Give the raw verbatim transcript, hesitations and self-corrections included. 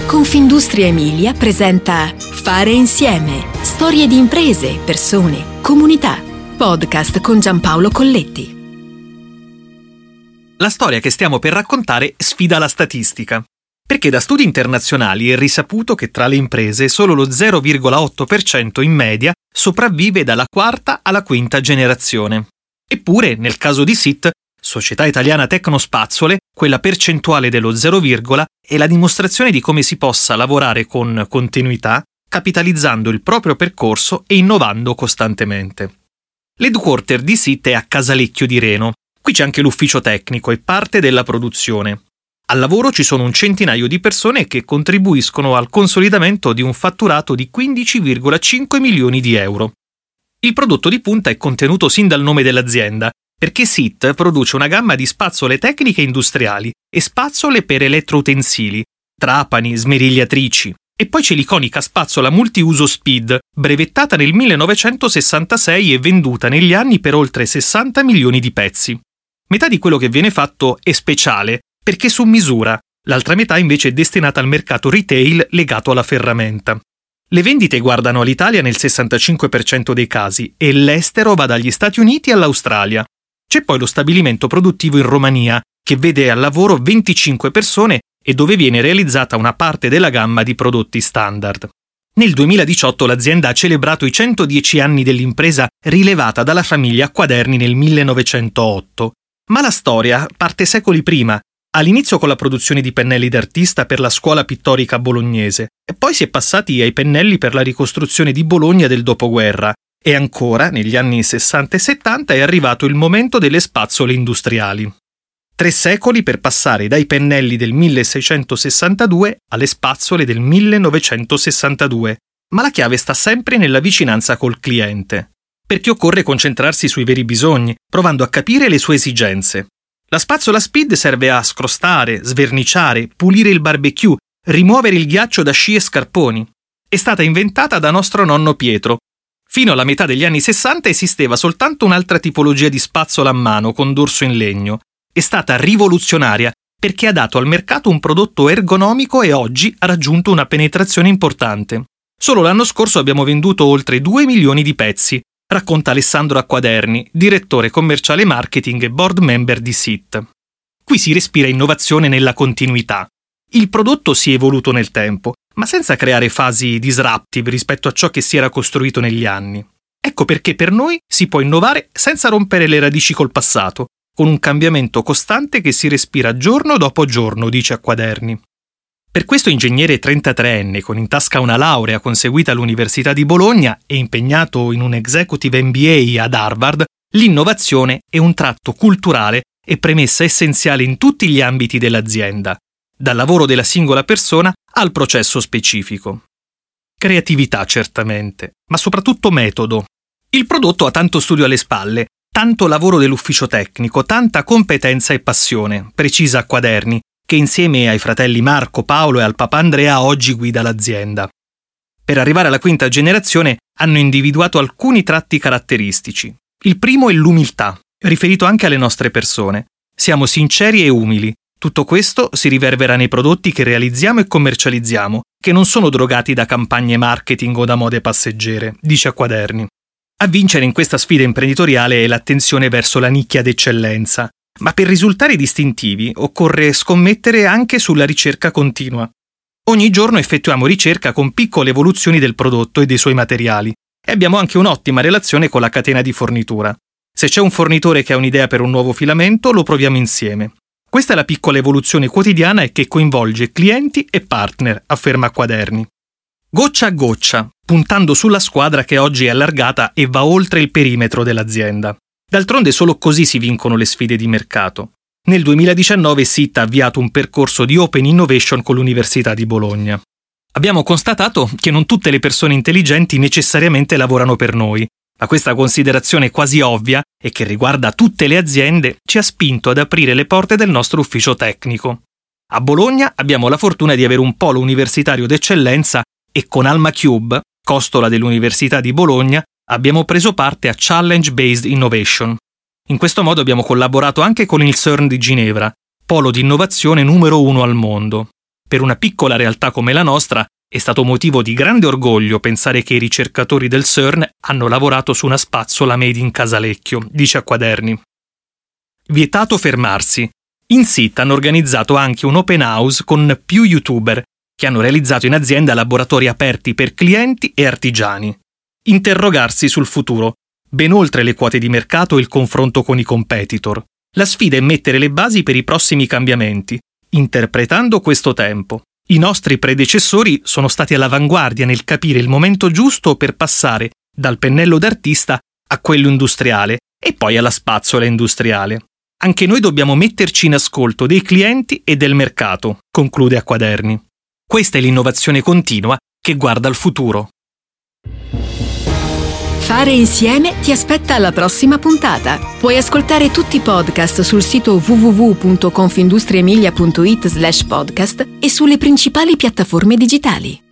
Confindustria Emilia presenta Fare insieme. Storie di imprese, persone, comunità. Podcast con Giampaolo Colletti. La storia che stiamo per raccontare sfida la statistica, perché da studi internazionali è risaputo che tra le imprese solo lo zero virgola otto per cento in media sopravvive dalla quarta alla quinta generazione. Eppure, nel caso di S I T, Società Italiana Tecnospazzole, quella percentuale dello zero, è la dimostrazione di come si possa lavorare con continuità, capitalizzando il proprio percorso e innovando costantemente. L'headquarter di S I T è a Casalecchio di Reno. Qui c'è anche l'ufficio tecnico e parte della produzione. Al lavoro ci sono un centinaio di persone che contribuiscono al consolidamento di un fatturato di quindici virgola cinque milioni di euro. Il prodotto di punta è contenuto sin dal nome dell'azienda, perché S I T produce una gamma di spazzole tecniche industriali e spazzole per elettroutensili, trapani, smerigliatrici. E poi c'è l'iconica spazzola multiuso Speed, brevettata nel millenovecentosessantasei e venduta negli anni per oltre sessanta milioni di pezzi. Metà di quello che viene fatto è speciale, perché su misura, l'altra metà invece è destinata al mercato retail legato alla ferramenta. Le vendite guardano all'Italia nel sessantacinque per cento dei casi e l'estero va dagli Stati Uniti all'Australia. C'è poi lo stabilimento produttivo in Romania, che vede al lavoro venticinque persone e dove viene realizzata una parte della gamma di prodotti standard. Nel duemiladiciotto l'azienda ha celebrato i centodieci anni dell'impresa rilevata dalla famiglia Acquaderni nel millenovecentootto. Ma la storia parte secoli prima, all'inizio con la produzione di pennelli d'artista per la scuola pittorica bolognese, e poi si è passati ai pennelli per la ricostruzione di Bologna del dopoguerra, e ancora, negli anni sessanta e settanta, è arrivato il momento delle spazzole industriali. Tre secoli per passare dai pennelli del milleseicentosessantadue alle spazzole del millenovecentosessantadue, ma la chiave sta sempre nella vicinanza col cliente, perché occorre concentrarsi sui veri bisogni, provando a capire le sue esigenze. La spazzola Speed serve a scrostare, sverniciare, pulire il barbecue, rimuovere il ghiaccio da sci e scarponi. È stata inventata da nostro nonno Pietro. Fino alla metà degli anni sessanta esisteva soltanto un'altra tipologia di spazzola a mano con dorso in legno. È stata rivoluzionaria perché ha dato al mercato un prodotto ergonomico e oggi ha raggiunto una penetrazione importante. Solo l'anno scorso abbiamo venduto oltre due milioni di pezzi, racconta Alessandro Acquaderni, direttore commerciale marketing e board member di S I T. Qui si respira innovazione nella continuità. Il prodotto si è evoluto nel tempo, ma senza creare fasi disruptive rispetto a ciò che si era costruito negli anni. Ecco perché per noi si può innovare senza rompere le radici col passato, con un cambiamento costante che si respira giorno dopo giorno, dice Acquaderni. Per questo ingegnere trentatreenne, con in tasca una laurea conseguita all'Università di Bologna e impegnato in un Executive M B A ad Harvard, l'innovazione è un tratto culturale e premessa essenziale in tutti gli ambiti dell'azienda, dal lavoro della singola persona al processo specifico. Creatività certamente, ma soprattutto metodo. Il prodotto ha tanto studio alle spalle, tanto lavoro dell'ufficio tecnico, tanta competenza e passione, precisa Acquaderni, che insieme ai fratelli Marco, Paolo e al papà Andrea oggi guida l'azienda. Per arrivare alla quinta generazione hanno individuato alcuni tratti caratteristici. Il primo è l'umiltà, riferito anche alle nostre persone. Siamo sinceri e umili. Tutto questo si riverbera nei prodotti che realizziamo e commercializziamo, che non sono drogati da campagne marketing o da mode passeggere, dice Acquaderni. A vincere in questa sfida imprenditoriale è l'attenzione verso la nicchia d'eccellenza. Ma per risultare distintivi occorre scommettere anche sulla ricerca continua. Ogni giorno effettuiamo ricerca con piccole evoluzioni del prodotto e dei suoi materiali e abbiamo anche un'ottima relazione con la catena di fornitura. Se c'è un fornitore che ha un'idea per un nuovo filamento, lo proviamo insieme. Questa è la piccola evoluzione quotidiana e che coinvolge clienti e partner, afferma Acquaderni. Goccia a goccia, puntando sulla squadra che oggi è allargata e va oltre il perimetro dell'azienda. D'altronde solo così si vincono le sfide di mercato. Nel duemiladiciannove S I T ha avviato un percorso di Open Innovation con l'Università di Bologna. Abbiamo constatato che non tutte le persone intelligenti necessariamente lavorano per noi, ma questa considerazione quasi ovvia e che riguarda tutte le aziende ci ha spinto ad aprire le porte del nostro ufficio tecnico. A Bologna abbiamo la fortuna di avere un polo universitario d'eccellenza e con Alma Cube, costola dell'Università di Bologna, abbiamo preso parte a Challenge Based Innovation. In questo modo abbiamo collaborato anche con il C E R N di Ginevra, polo di innovazione numero uno al mondo. Per una piccola realtà come la nostra è stato motivo di grande orgoglio pensare che i ricercatori del CERN hanno lavorato su una spazzola made in Casalecchio, dice a Quaderni. Vietato fermarsi. In S I T hanno organizzato anche un open house con più youtuber che hanno realizzato in azienda laboratori aperti per clienti e artigiani. Interrogarsi sul futuro, ben oltre le quote di mercato e il confronto con i competitor. La sfida è mettere le basi per i prossimi cambiamenti, interpretando questo tempo. I nostri predecessori sono stati all'avanguardia nel capire il momento giusto per passare dal pennello d'artista a quello industriale e poi alla spazzola industriale. Anche noi dobbiamo metterci in ascolto dei clienti e del mercato, conclude a Quaderni. Questa è l'innovazione continua che guarda al futuro. Fare insieme ti aspetta alla prossima puntata. Puoi ascoltare tutti i podcast sul sito w w w punto confindustriemilia punto it slash podcast e sulle principali piattaforme digitali.